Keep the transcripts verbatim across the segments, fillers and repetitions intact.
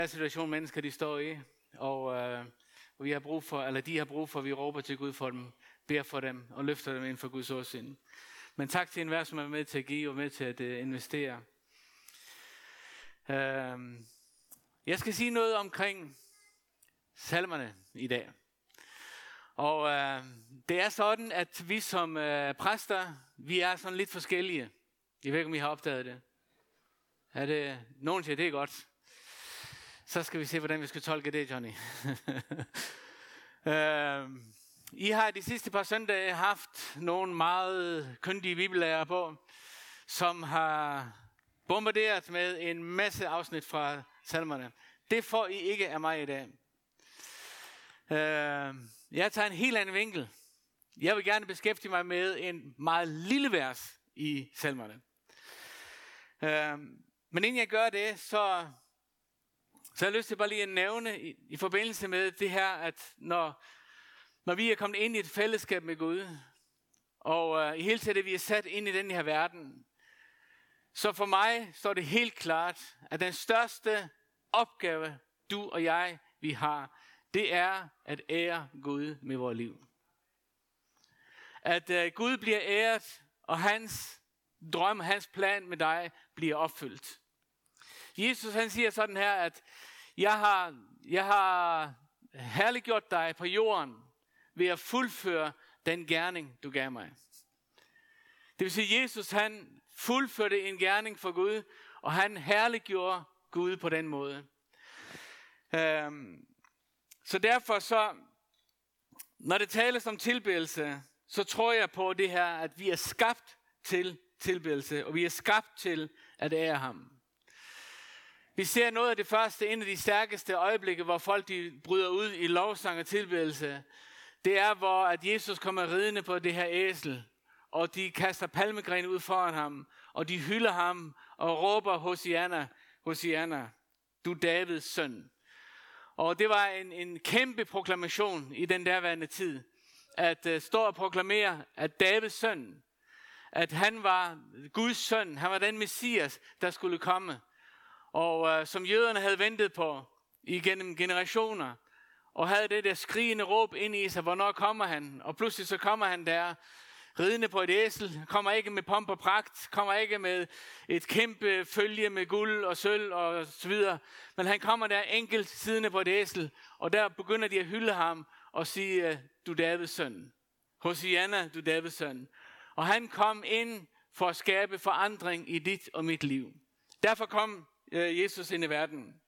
situation mennesker de står i, og øh, vi har brug for, eller de har brug for, at vi råber til Gud for dem, beder for dem og løfter dem ind for Guds åsyn. Men tak til enhver, som er med til at give og med til at uh, investere. Øh, jeg skal sige noget omkring salmerne i dag. Og øh, det er sådan, at vi som øh, præster, vi er sådan lidt forskellige. Jeg ved ikke, om I har opdaget det. Er det nogen siger, det er godt. Så skal vi se, hvordan vi skal tolke det, Johnny. øh, I har de sidste par søndage haft nogle meget kyndige bibellærer på, som har bombarderet med en masse afsnit fra salmerne. Det får I ikke af mig i dag. Øh, jeg tager en helt anden vinkel. Jeg vil gerne beskæftige mig med en meget lille vers i salmerne. Øh, men inden jeg gør det, så, så har jeg lyst til bare lige at nævne i, i forbindelse med det her, at når, når vi er kommet ind i et fællesskab med Gud, og øh, i hele tiden vi er sat ind i den her verden, så for mig står det helt klart, at den største opgave, du og jeg, vi har, det er at ære Gud med vores liv. At øh, Gud bliver æret, og hans drøm, hans plan med dig bliver opfyldt. Jesus han siger sådan her, at jeg har, jeg har herliggjort dig på jorden ved at fuldføre den gerning, du gav mig. Det vil sige, Jesus han fuldførte en gerning for Gud, og han herliggjorde Gud på den måde. Øhm, så derfor så, når det tales om tilbedelse, så tror jeg på det her, at vi er skabt til tilbedelse, og vi er skabt til at ære ham. Vi ser noget af det første, en af de stærkeste øjeblikke, hvor folk de bryder ud i lovsang og tilbedelse. Det er, hvor at Jesus kommer ridende på det her æsel, og de kaster palmegren ud foran ham, og de hylder ham og råber, Hosianna, Hosianna, du Davids søn. Og det var en, en kæmpe proklamation i den derværende tid, at uh, stå og proklamere, at Davids søn, at han var Guds søn, han var den Messias, der skulle komme. Og uh, som jøderne havde ventet på igennem generationer, og havde det der skrigende råb ind i sig, hvornår kommer han? Og pludselig så kommer han der, ridende på et æsel, kommer ikke med pomp og pragt, kommer ikke med et kæmpe følge med guld og sølv og så videre, men han kommer der enkelt siddende på et æsel, og der begynder de at hylde ham og sige, du Davids søn. Hosianna, du Davids søn. Og han kom ind for at skabe forandring i dit og mit liv. Derfor kom øh, Jesus ind i verden.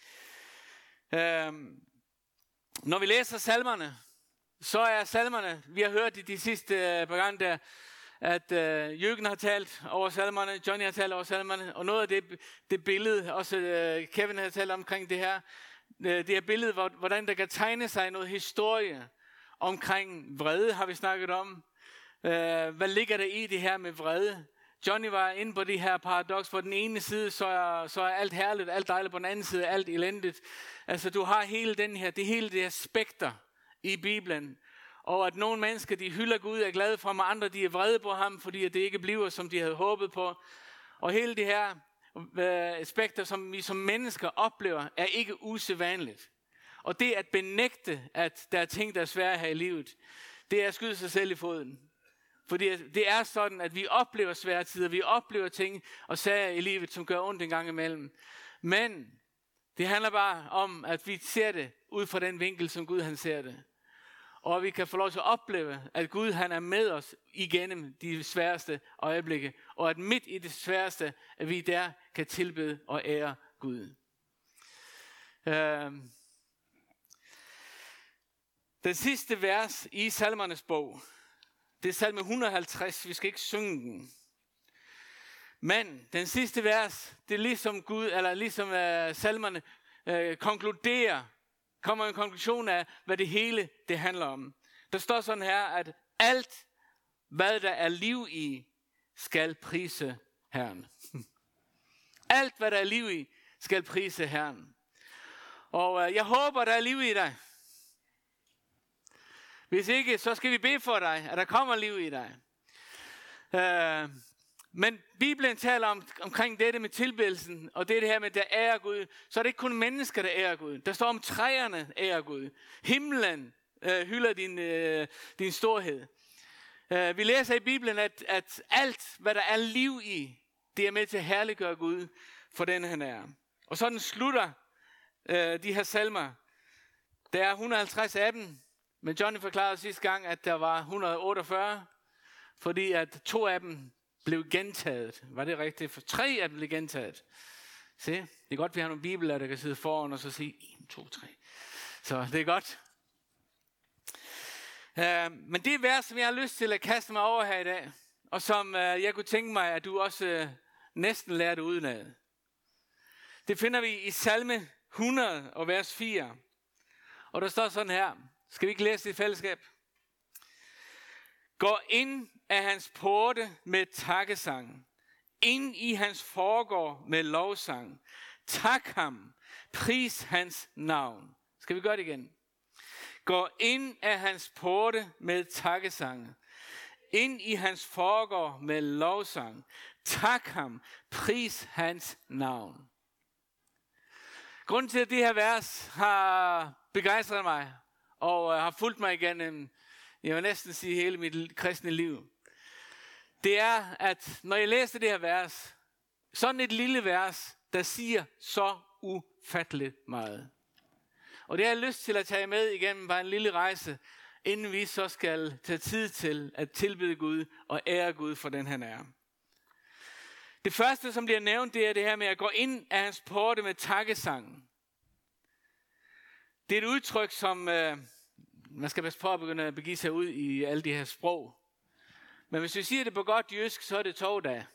Øh, når vi læser salmerne, så er salmerne, vi har hørt i de sidste øh, par gange der, at øh, Jørgen har talt over salmerne, Johnny har talt over salmerne, og noget af det, det billede, også øh, Kevin har talt omkring det her, øh, det her billede, hvor, hvordan der kan tegne sig noget historie omkring vrede, har vi snakket om. Øh, hvad ligger der i det her med vrede? Johnny var inde på det her paradoks, på den ene side, så er, så er alt herligt, alt dejligt, på den anden side alt elendigt. Altså du har hele den her, det hele det her spekter i Bibelen, og at nogle mennesker, de hylder Gud, er glade for ham, og andre, de er vrede på ham, fordi det ikke bliver, som de havde håbet på. Og hele det her øh, spekter, som vi som mennesker oplever, er ikke usædvanligt. Og det at benægte, at der er ting, der er svære her i livet, det er at skyde sig selv i foden. Fordi det er sådan, at vi oplever svære tider, vi oplever ting og sager i livet, som gør ondt en gang imellem. Men det handler bare om, at vi ser det ud fra den vinkel, som Gud han ser det. Og vi kan få lov til at opleve, at Gud han er med os igennem de sværeste øjeblikke. Og at midt i det sværeste, at vi der kan tilbede og ære Gud. Øh, den sidste vers i Salmernes bog, det er salme et hundrede og halvtreds, vi skal ikke synge den. Men den sidste vers, det er ligesom Gud, eller ligesom uh, salmerne uh, konkluderer, kommer en konklusion af, hvad det hele det handler om. Der står sådan her, at alt, hvad der er liv i, skal prise Herren. Alt, hvad der er liv i, skal prise Herren. Og uh, jeg håber, der er liv i dig. Hvis ikke, så skal vi bede for dig, at der kommer liv i dig. Uh, Men Bibelen taler om, omkring dette med tilbedelsen, og det, det her med, der ærer Gud, så er det ikke kun mennesker, der ærer Gud. Der står om træerne ærer Gud. Himlen øh, hylder din, øh, din storhed. Uh, vi læser i Bibelen, at, at alt, hvad der er liv i, det er med til at herliggøre Gud for den han er. Og sådan slutter uh, de her salmer. Der er et hundrede og halvtreds af dem, men Johnny forklarede sidste gang, at der var et hundrede og otteogfyrre, fordi at to af dem blev gentaget. Var det rigtigt? For tre af dem blev gentaget. Se, det er godt, vi har nogle bibler, der kan sidde foran og så sige en, to, tre. Så det er godt. Uh, men det er vers, som jeg har lyst til at kaste mig over her i dag, og som uh, jeg kunne tænke mig, at du også uh, næsten lærte udenad. Det finder vi i salme hundrede og vers fire. Og der står sådan her. Skal vi ikke læse det i fællesskab? Gå ind af hans porte med takkesang. Ind i hans forgård med lovsang. Tak ham. Pris hans navn. Skal vi gøre det igen? Gå ind af hans porte med takkesang. Ind i hans forgård med lovsang. Tak ham. Pris hans navn. Grunden til, at det her vers har begejstret mig, og har fulgt mig igennem, jeg vil næsten sige hele mit kristne liv, det er, at når jeg læser det her vers, sådan et lille vers, der siger så ufatteligt meget. Og det har jeg lyst til at tage med igennem bare en lille rejse, inden vi så skal tage tid til at tilbede Gud og ære Gud for den han er. Det første, som bliver nævnt, det er det her med at gå ind af hans porte med takkesang. Det er et udtryk, som øh, man skal passe på at begynde at begive sig ud i alle de her sprog. Men hvis vi siger det på godt jysk, så er det tovdag.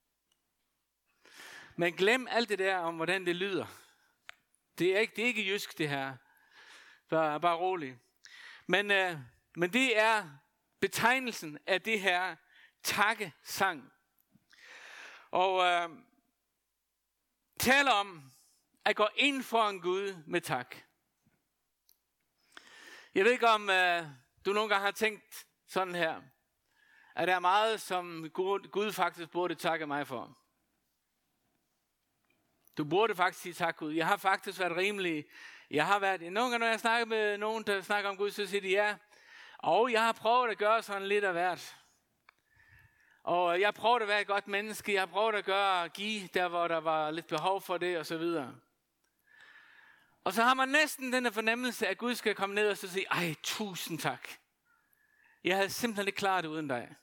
Men glem alt det der om, hvordan det lyder. Det er ikke, det er ikke jysk, det her. Bare, bare rolig. Men, øh, men det er betegnelsen af det her takkesang. Og øh, taler om at gå ind for en Gud med tak. Jeg ved ikke, om øh, du nogle gange har tænkt sådan her, at der er meget, som Gud, Gud faktisk burde takke mig for. Du burde faktisk sige tak, Gud. Jeg har faktisk været rimelig. Jeg har været, nogle gange, når jeg snakker med nogen, der snakker om Gud, så siger de ja. Og jeg har prøvet at gøre sådan lidt af hvert. Og jeg har prøvet at være et godt menneske. Jeg har prøvet at gøre, give der, hvor der var lidt behov for det, og så videre. Og så har man næsten den der fornemmelse, at Gud skal komme ned og så sige, ej, tusind tak. Jeg havde simpelthen ikke klaret det uden dig.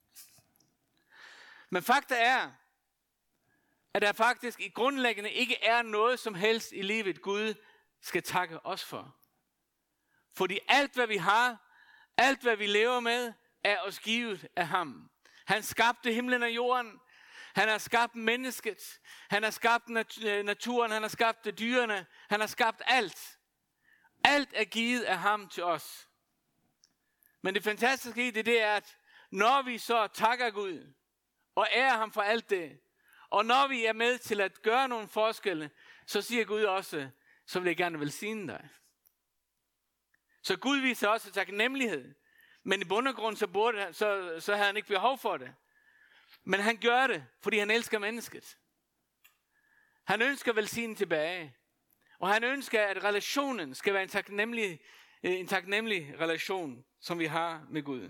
Men fakta er, at der faktisk i grundlæggende ikke er noget som helst i livet, Gud skal takke os for. Fordi alt, hvad vi har, alt, hvad vi lever med, er os givet af ham. Han skabte himlen og jorden. Han har skabt mennesket. Han har skabt nat- naturen. Han har skabt dyrene. Han har skabt alt. Alt er givet af ham til os. Men det fantastiske i det, det er, at når vi så takker Gud og ærer ham for alt det, og når vi er med til at gøre nogle forskelle, så siger Gud også, så vil jeg gerne velsigne dig. Så Gud viser også taknemmelighed. Men i bund og grund, så, burde, så, så havde han ikke behov for det. Men han gør det, fordi han elsker mennesket. Han ønsker velsignen tilbage. Og han ønsker, at relationen skal være en taknemmelig, en taknemmelig relation, som vi har med Gud.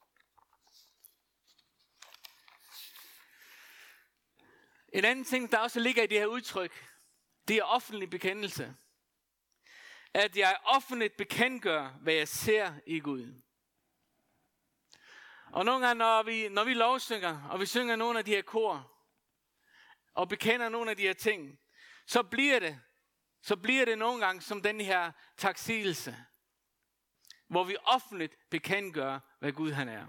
En anden ting, der også ligger i det her udtryk, det er offentlig bekendelse. At jeg offentligt bekendtgør, hvad jeg ser i Gud. Og nogle gange, når vi, når vi lovsynger, og vi synger nogle af de her kor, og bekender nogle af de her ting, så bliver det, så bliver det nogle gange som den her taksigelse, hvor vi offentligt bekendtgør, hvad Gud han er.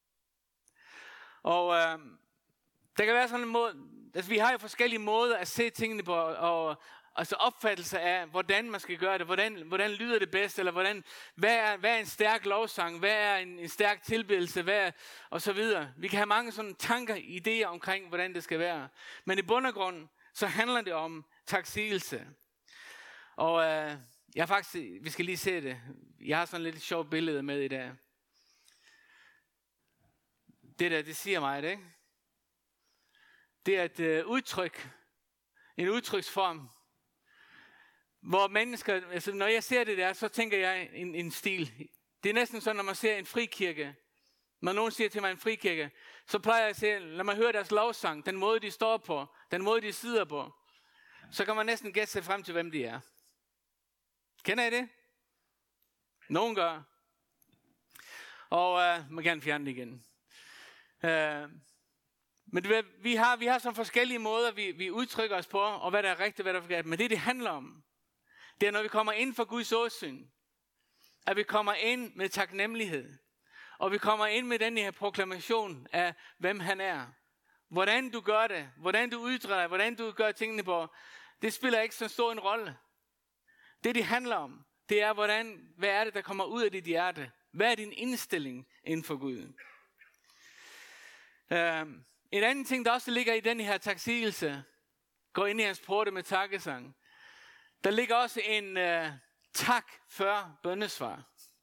Og øh, der kan være sådan en måde, altså vi har jo forskellige måder at se tingene på, og altså opfattelse af, hvordan man skal gøre det, hvordan, hvordan lyder det bedst, eller hvordan, hvad er, hvad er en stærk lovsang, hvad er en, en stærk tilbedelse, hvad er, og så videre. Vi kan have mange sådan tanker, idéer omkring, hvordan det skal være. Men i bund og grund, så handler det om taksigelse. Og øh, jeg faktisk, vi skal lige se det. Jeg har sådan lidt sjovt billede med i dag. Det der, det siger mig det, ikke? Det er et øh, udtryk, en udtryksform, hvor mennesker, altså når jeg ser det der, så tænker jeg en, en stil. Det er næsten sådan, når man ser en frikirke. Når nogen siger til mig en frikirke, så plejer jeg at sige, lad mig høre deres lovsang, den måde de står på, den måde de sidder på. Så kan man næsten gætte sig frem til, hvem de er. Kender I det? Nogen gør. Og øh, man kan gerne fjerne det igen. Øh, men det, vi har vi har så forskellige måder, vi, vi udtrykker os på, og hvad der er rigtigt, hvad der er forkert. Men det, det handler om, det er, når vi kommer ind for Guds åsyn, at vi kommer ind med taknemmelighed. Og vi kommer ind med den her proklamation af, hvem han er. Hvordan du gør det, hvordan du ytrer dig, hvordan du gør tingene på, det spiller ikke så stor en rolle. Det, det handler om, det er, hvordan, hvad er det, der kommer ud af dit hjerte? Hvad er din indstilling inden for Gud? Uh, en anden ting, der også ligger i den her taksigelse, går ind i hans porte med takkesang. Der ligger også en uh, tak før bønnesvar.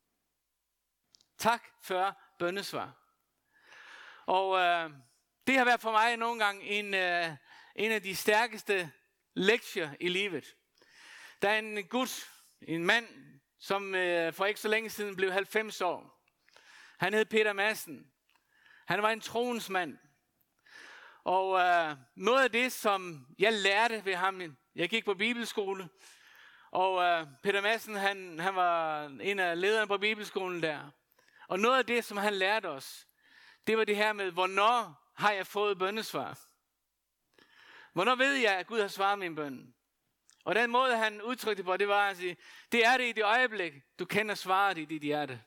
Tak før bønnesvar. Og uh, det har været for mig nogle gange en, uh, en af de stærkeste lektier i livet. Der er en gut, en mand, som uh, for ikke så længe siden blev halvfems år. Han hed Peter Madsen. Han var en troens mand. Og uh, noget af det, som jeg lærte ved ham, jeg gik på bibelskole, og uh, Peter Madsen, han, han var en af lederne på bibelskolen der. Og noget af det, som han lærte os, det var det her med, hvornår har jeg fået bønnesvar? Hvornår ved jeg, at Gud har svaret min bøn? Og den måde, han udtrykte det på, det var at sige, det er det i det øjeblik, du kender svaret i dit hjerte.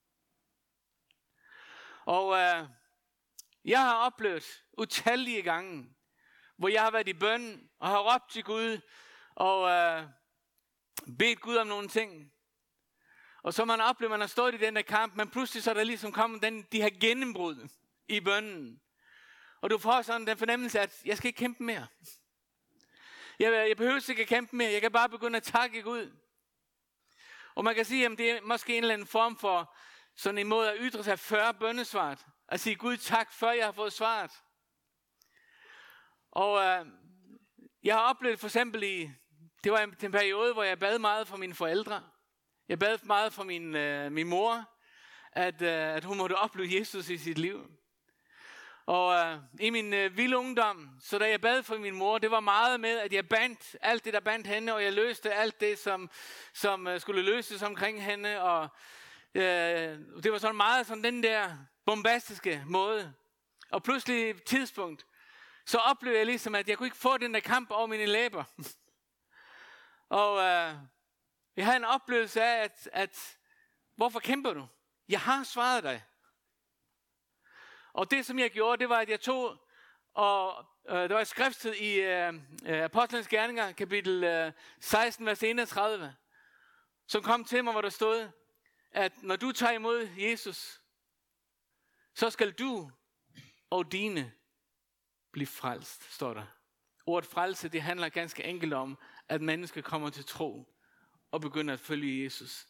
Og øh, jeg har oplevet utallige gange, hvor jeg har været i bøn, og har råbt til Gud, og øh, bedt Gud om nogle ting. Og så man oplever, man har stået i den der kamp, men pludselig så er der ligesom kommet den, de her gennembrud i bønnen. Og du får sådan den fornemmelse, at jeg skal ikke kæmpe mere. Jeg, jeg behøver ikke at kæmpe mere, jeg kan bare begynde at takke Gud. Og man kan sige, at det er måske en eller anden form for sådan en måde at ytre sig før bønnesvaret. At sige Gud tak, før jeg har fået svaret. Og øh, jeg har oplevet for eksempel i, det var en, en periode, hvor jeg bad meget for mine forældre. Jeg bad meget for min, øh, min mor, at, øh, at hun måtte opleve Jesus i sit liv. Og øh, i min øh, vilde ungdom, så da jeg bad for min mor, det var meget med, at jeg bandt alt det, der bandt hende, og jeg løste alt det, som, som øh, skulle løses omkring hende. Og øh, det var sådan meget sådan den der bombastiske måde. Og pludselig et tidspunkt, så oplevede jeg ligesom, at jeg kunne ikke få den der kamp over mine læber. og øh, jeg havde en oplevelse af, at, at hvorfor kæmper du? Jeg har svaret dig. Og det, som jeg gjorde, det var, at jeg tog, og øh, der var et skriftsted i øh, Apostlenes Gerninger, kapitel øh, seksten, vers enogtredive, som kom til mig, hvor der stod, at når du tager imod Jesus, så skal du og dine blive frelst, står der. Ordet frelse, det handler ganske enkelt om, at mennesker kommer til tro og begynder at følge Jesus.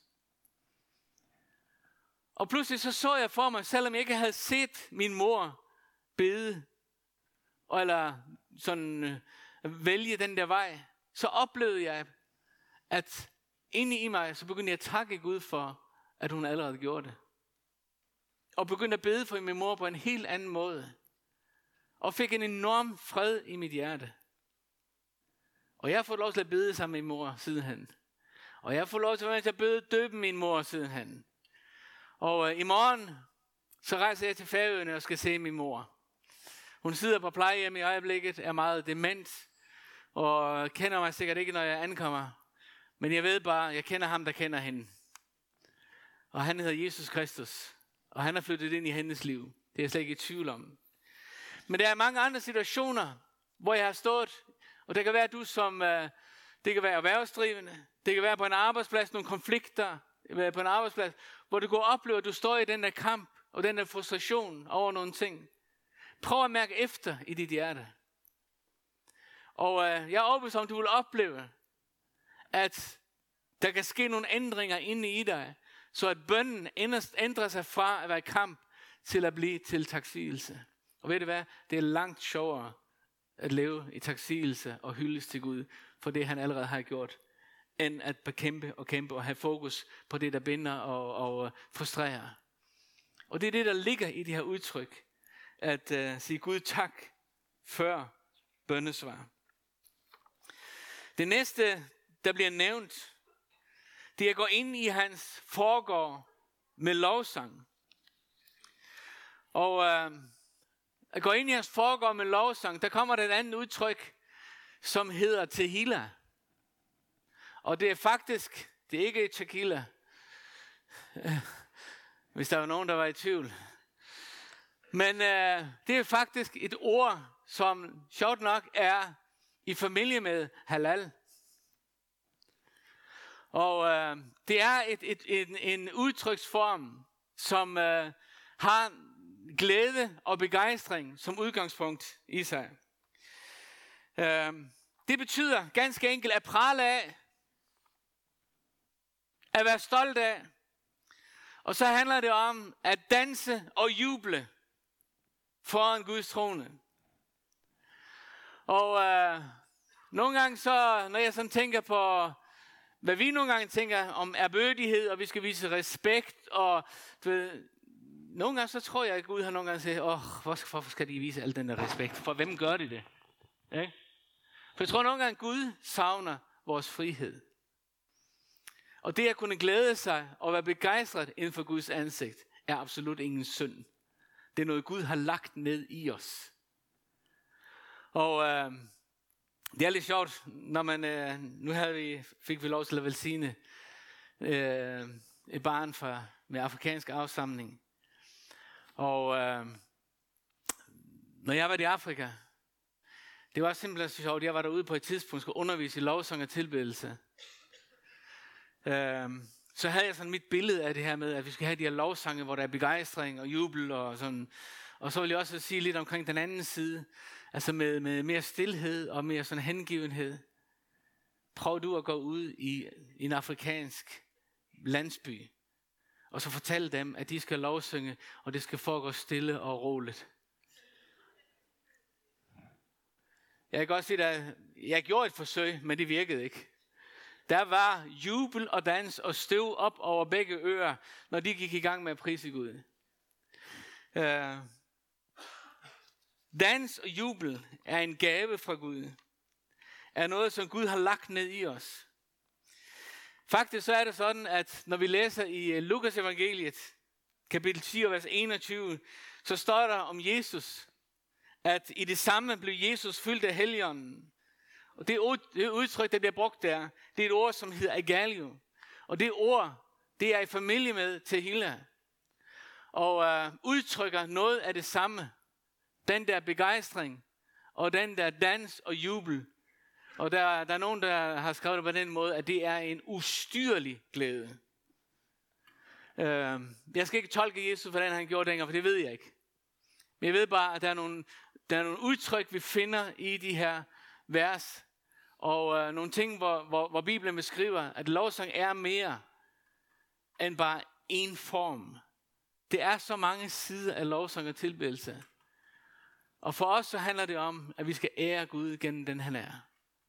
Og pludselig så så jeg for mig, selvom jeg ikke havde set min mor bede, eller sådan øh, vælge den der vej, så oplevede jeg, at inde i mig, så begyndte jeg at takke Gud for, at hun allerede gjorde det. Og begyndte at bede for min mor på en helt anden måde. Og fik en enorm fred i mit hjerte. Og jeg har fået lov til at bede sammen med min mor sidenhen. Og jeg har fået lov til at bede døbe min mor sidenhen. Og øh, i morgen, så rejser jeg til Færøerne og skal se min mor. Hun sidder på plejehjem i øjeblikket, er meget dement, og kender mig sikkert ikke, når jeg ankommer. Men jeg ved bare, jeg kender ham, der kender hende. Og han hedder Jesus Kristus, og han er flyttet ind i hendes liv. Det er jeg slet ikke i tvivl om. Men der er mange andre situationer, hvor jeg har stået, og det kan være du som, øh, det kan være erhvervsdrivende, det kan være på en arbejdsplads, nogle konflikter på en arbejdsplads, hvor du går og oplever, at du står i den der kamp, og den der frustration over nogle ting. Prøv at mærke efter i dit hjerte. Og øh, jeg er overbevist om, at du vil opleve, at der kan ske nogle ændringer inde i dig, så at bønnen ændrer sig fra at være kamp, til at blive til taksigelse. Og ved du hvad? Det er langt sjovere at leve i taksigelse og hyldes til Gud for det, han allerede har gjort, end at bekæmpe og kæmpe og have fokus på det, der binder og, og frustrerer. Og det er det, der ligger i det her udtryk, at uh, sige Gud tak før bønnesvar. Det næste, der bliver nævnt, det er at gå ind i hans forgård med lovsang. Og uh, at gå ind i hans forgård med lovsang, der kommer der et andet udtryk, som hedder Tehillah. Og det er faktisk, det er ikke tequila, hvis der var nogen, der var i tvivl. Men uh, det er faktisk et ord, som sjovt nok er i familie med halal. Og uh, det er et, et, et, en udtryksform, som uh, har glæde og begejstring som udgangspunkt i sig. Uh, det betyder ganske enkelt at prale af, at være stolt af, og så handler det om at danse og juble foran Guds trone. Og uh, nogle gange så, når jeg sådan tænker på, hvad vi nogle gange tænker om ærbødighed, og vi skal vise respekt, og du ved, nogle gange så tror jeg, at Gud har nogle gange sagt, åh, hvorfor skal de vise al den der respekt? For hvem gør de det? Ja? For jeg tror nogle gange, at Gud savner vores frihed. Og det at kunne glæde sig og være begejstret inden for Guds ansigt, er absolut ingen synd. Det er noget, Gud har lagt ned i os. Og øh, det er lidt sjovt, når man, øh, nu havde vi, fik vi lov til at velsigne øh, et barn fra, med afrikansk afstamning. Og øh, når jeg var i Afrika, det var simpelthen så sjovt, jeg var derude på et tidspunkt, skulle undervise i lovsang og tilbedelse. Øh, så havde jeg sådan mit billede af det her med, at vi skal have de her lovsange, hvor der er begejstring og jubel og sådan. Og så vil jeg også sige lidt omkring den anden side, altså med, med mere stilhed og mere sådan hengivenhed. Prøv du at gå ud i, i en afrikansk landsby, og så fortælle dem, at de skal lovsynge, og det skal foregå stille og roligt. Jeg kan godt sige, at jeg gjorde et forsøg, men det virkede ikke. Der var jubel og dans og støv op over begge ører, når de gik i gang med at prise Gud. Uh, dans og jubel er en gave fra Gud. Er noget, som Gud har lagt ned i os. Faktisk så er det sådan, at når vi læser i Lukas evangeliet, kapitel ti, vers enogtyve, så står der om Jesus, at i det samme blev Jesus fyldt af Helligånden. Og det, det udtryk, der bliver brugt der, det er et ord, som hedder agalio. Og det ord, det er i familie med Tehillah. Og øh, udtrykker noget af det samme. Den der begejstring, og den der dans og jubel. Og der, der er nogen, der har skrevet det på den måde, at det er en ustyrlig glæde. Øh, jeg skal ikke tolke Jesus, hvordan han gjorde dengang, for det ved jeg ikke. Men jeg ved bare, at der er nogle, der er nogle udtryk, vi finder i de her vers, og øh, nogle ting, hvor, hvor, hvor Bibelen beskriver, at lovsang er mere end bare en form. Det er så mange sider af lovsang og tilbedelse. Og for os så handler det om, at vi skal ære Gud gennem den han er.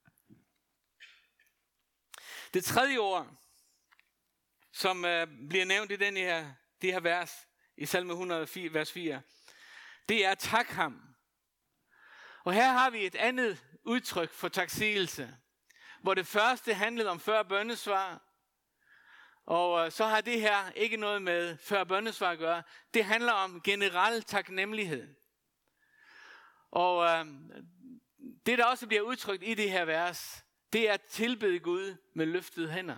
Det tredje ord, som øh, bliver nævnt i den her, det her vers, i salme et hundrede og fire, vers fire, det er tak ham. Og her har vi et andet udtryk for taksigelse, hvor det første handlede om før bønnesvar, og øh, så har det her ikke noget med før bønnesvar at gøre. Det handler om generel taknemmelighed. Og øh, det, der også bliver udtrykt i det her vers, det er at tilbede Gud med løftede hænder.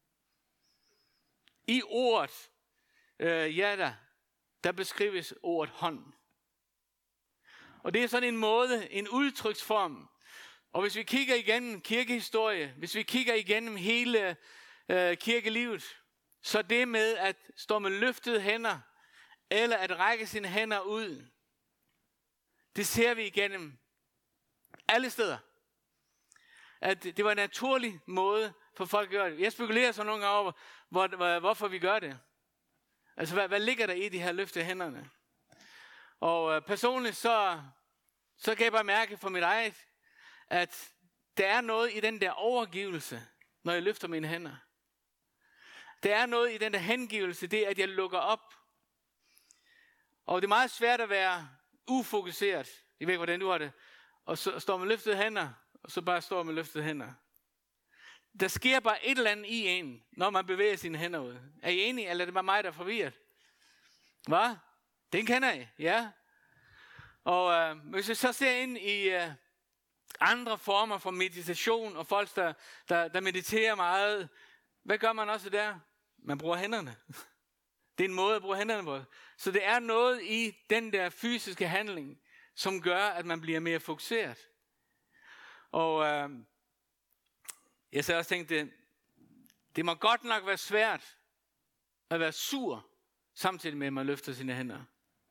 I ordet, øh, ja da, der beskrives ordet hånd. Og det er sådan en måde, en udtryksform. Og hvis vi kigger igennem kirkehistorie, hvis vi kigger igennem hele øh, kirkelivet, så det med at stå med løftede hænder, eller at række sine hænder ud, det ser vi igennem alle steder. At det var en naturlig måde for folk at gøre det. Jeg spekulerer så nogle gange over, hvor, hvor, hvorfor vi gør det. Altså, hvad, hvad ligger der i de her løftede hænderne? Og øh, personligt så, så kan jeg bare mærke for mit eget, at der er noget i den der overgivelse, når jeg løfter mine hænder. Der er noget i den der hengivelse, det er, at jeg lukker op. Og det er meget svært at være ufokuseret. Jeg ved ikke, hvordan du har det. Og så står man løftede hænder, og så bare står man løftede hænder. Der sker bare et eller andet i en, når man bevæger sine hænder ud. Er I enige, eller er det bare mig, der er forvirret? Hvad? Den kender I, ja. Og øh, hvis jeg så ser ind i øh, andre former for meditation, og folk, der, der, der mediterer meget, hvad gør man også der? Man bruger hænderne. Det er en måde at bruge hænderne på. Så det er noget i den der fysiske handling, som gør, at man bliver mere fokuseret. Og øh, jeg så også tænkte, det, det må godt nok være svært at være sur, samtidig med, at man løfter sine hænder.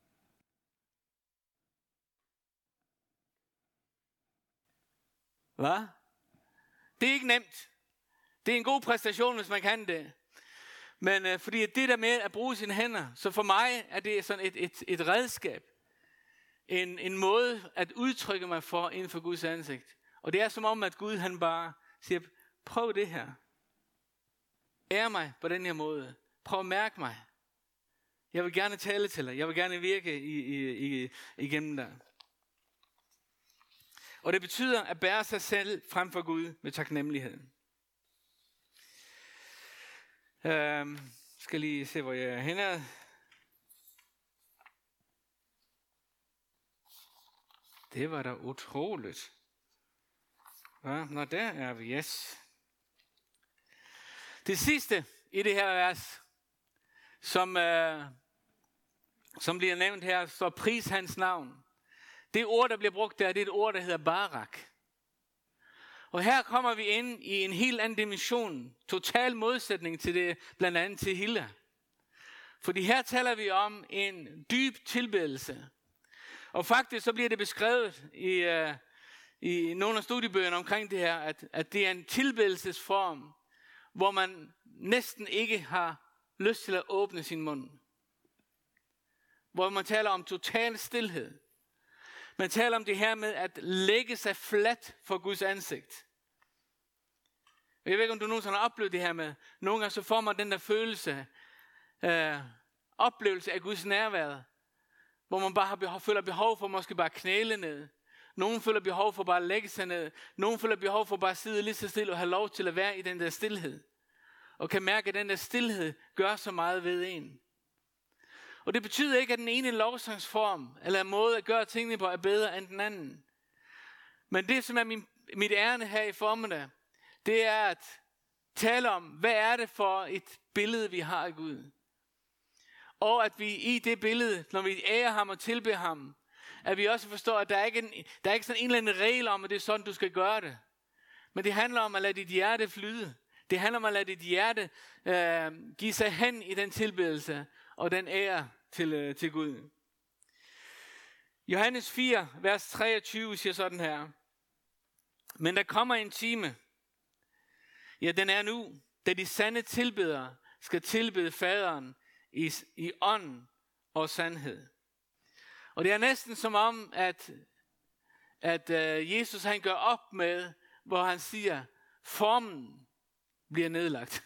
Hvad? Det er ikke nemt. Det er en god præstation, hvis man kan det. Men øh, fordi det der med at bruge sine hænder, så for mig er det sådan et, et, et redskab. En, en måde at udtrykke mig for inden for Guds ansigt. Og det er som om, at Gud han bare siger, prøv det her. Ær mig på den her måde. Prøv at mærke mig. Jeg vil gerne tale til dig. Jeg vil gerne virke i, i, i, igennem dig. Og det betyder at bære sig selv frem for Gud med taknemmelighed. Øhm, skal lige se, hvor jeg er henne. Det var da utroligt. Ja, nå, der er vi, yes. Det sidste i det her vers, som, øh, som bliver nævnt her, står pris hans navn. Det ord, der bliver brugt der, det er et ord, der hedder barak. Og her kommer vi ind i en helt anden dimension, total modsætning til det, blandt andet til Hilda. Fordi her taler vi om en dyb tilbedelse. Og faktisk så bliver det beskrevet i, uh, i nogle af studiebøgerne omkring det her, at, at det er en tilbedelsesform, hvor man næsten ikke har lyst til at åbne sin mund. Hvor man taler om total stilhed. Man taler om det her med at lægge sig fladt for Guds ansigt. Jeg ved ikke, om du nogensinde har oplevet det her med. Nogle gange så får man den der følelse, øh, oplevelse af Guds nærvær, hvor man bare har behov, føler behov for måske bare knæle ned. Nogen føler behov for bare at lægge sig ned. Nogen føler behov for bare at sidde lige så stille og have lov til at være i den der stilhed. Og kan mærke, at den der stilhed gør så meget ved en. Og det betyder ikke, at den ene lovsangsform eller måde at gøre tingene på er bedre end den anden. Men det, som er min, mit ærne her i formiddag, det er at tale om, hvad er det for et billede, vi har af Gud. Og at vi i det billede, når vi ærer ham og tilbeder ham, at vi også forstår, at der er ikke, en, der er ikke sådan en eller anden regel om, at det er sådan, du skal gøre det. Men det handler om at lade dit hjerte flyde. Det handler om at lade dit hjerte øh, give sig hen i den tilbedelse og den ære til, øh, til Gud. Johannes fire, vers treogtyve siger sådan her. Men der kommer en time, ja den er nu, da de sande tilbedere skal tilbede faderen i, i ånd og sandhed. Og det er næsten som om, at, at uh, Jesus han gør op med, hvor han siger, formen bliver nedlagt.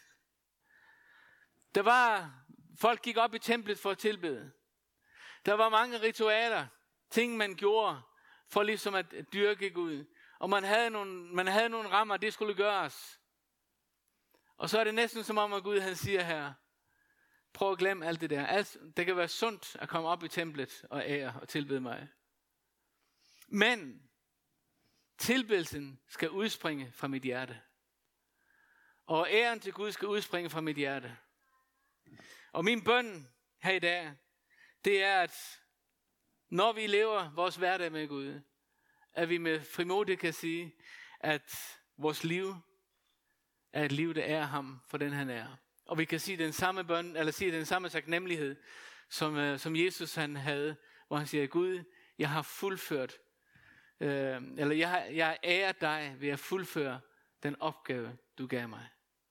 Der var, folk gik op i templet for at tilbede. Der var mange ritualer, ting man gjorde, for ligesom at dyrke Gud. Og man havde nogle, man havde nogle rammer, det skulle gøres. Og så er det næsten som om, at Gud han siger her, prøv at glemme alt det der. Alt, det kan være sundt at komme op i templet og ære og tilbede mig. Men tilbedelsen skal udspringe fra mit hjerte. Og æren til Gud skal udspringe fra mit hjerte. Og min bøn her i dag, det er, at når vi lever vores hverdag med Gud, at vi med frimodighed kan sige, at vores liv er et liv, der er ham for den han er. Og vi kan sige den samme bøn, eller sige den samme taknemmelighed, som, uh, som Jesus han havde, hvor han siger, Gud, jeg har fuldført, uh, eller jeg har, jeg ærer dig ved at fuldføre den opgave, du gav mig.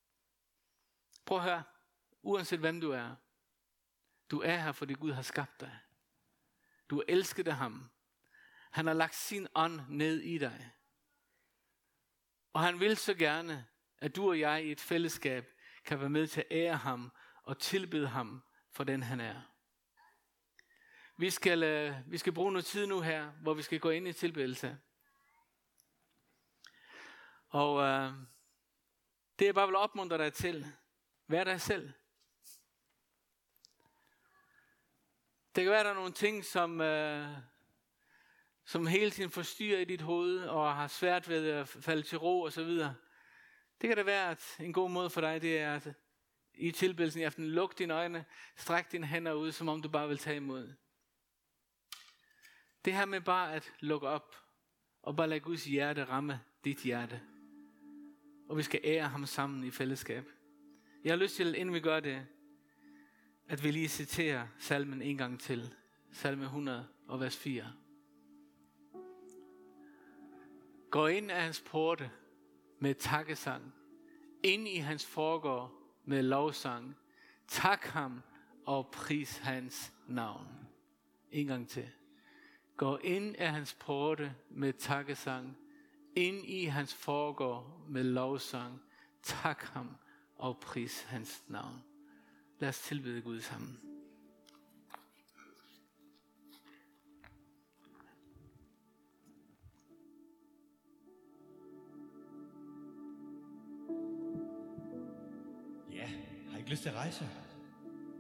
Prøv at høre, uanset hvem du er, du er her, fordi Gud har skabt dig. Du er elsket af ham. Han har lagt sin ånd ned i dig. Og han vil så gerne, at du og jeg i et fællesskab kan være med til at ære ham og tilbede ham for den han er. Vi skal, øh, vi skal bruge noget tid nu her, hvor vi skal gå ind i tilbedelse. Og øh, det jeg bare vil opmuntre dig til, vær dig selv. Det kan være, der er nogle ting, som, øh, som hele tiden forstyrrer i dit hoved, og har svært ved at falde til ro og så videre. Det kan da være, at en god måde for dig, det er at i tilbedelsen i aften, luk dine øjne, stræk dine hænder ud, som om du bare vil tage imod. Det her med bare at lukke op, og bare lade Guds hjerte ramme dit hjerte. Og vi skal ære ham sammen i fællesskab. Jeg har lyst til, inden vi gør det, at vi lige citerer salmen en gang til. Salme hundrede og vers fire. Gå ind af hans porte med takkesang. Ind i hans forgård med lovsang. Tak ham og pris hans navn. En gang til. Gå ind af hans porte med takkesang. Ind i hans forgård med lovsang. Tak ham og pris hans navn. Lad os tilbede Gud sammen. Ja, har I ikke lyst til at rejse?